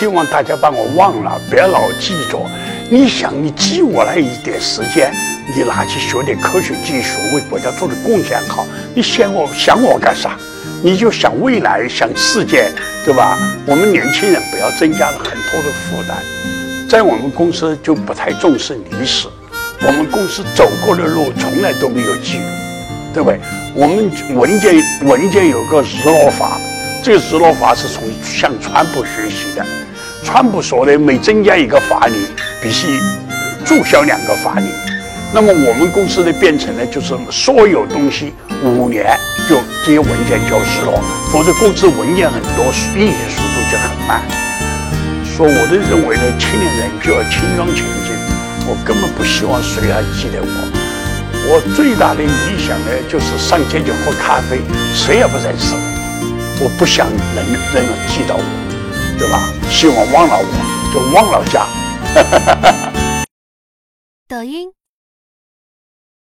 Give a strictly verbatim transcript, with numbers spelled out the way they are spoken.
希望大家把我忘了，不要老记着。你想，你记我来一点时间，你拿去学点科学技术，为国家做的贡献好。你想我想我干啥？你就想未来，想世界，对吧？我们年轻人不要增加了很多的负担。在我们公司就不太重视历史，我们公司走过的路从来都没有记录，对不对？我们文件文件有个日落法，这个日落法是从向川普学习的。川普说的，每增加一个法律，必须注销两个法律。那么我们公司的变成呢，就是所有东西五年就这些文件就要日落，否则公司文件很多，运行速度就很慢。说我的认为呢，青年人就要轻装前进，我根本不希望谁还记得我。我最大的理想呢，就是上街就喝咖啡，谁也不认识我，我不想人人记到我，对吧？希望忘了我，就忘了家。 抖音。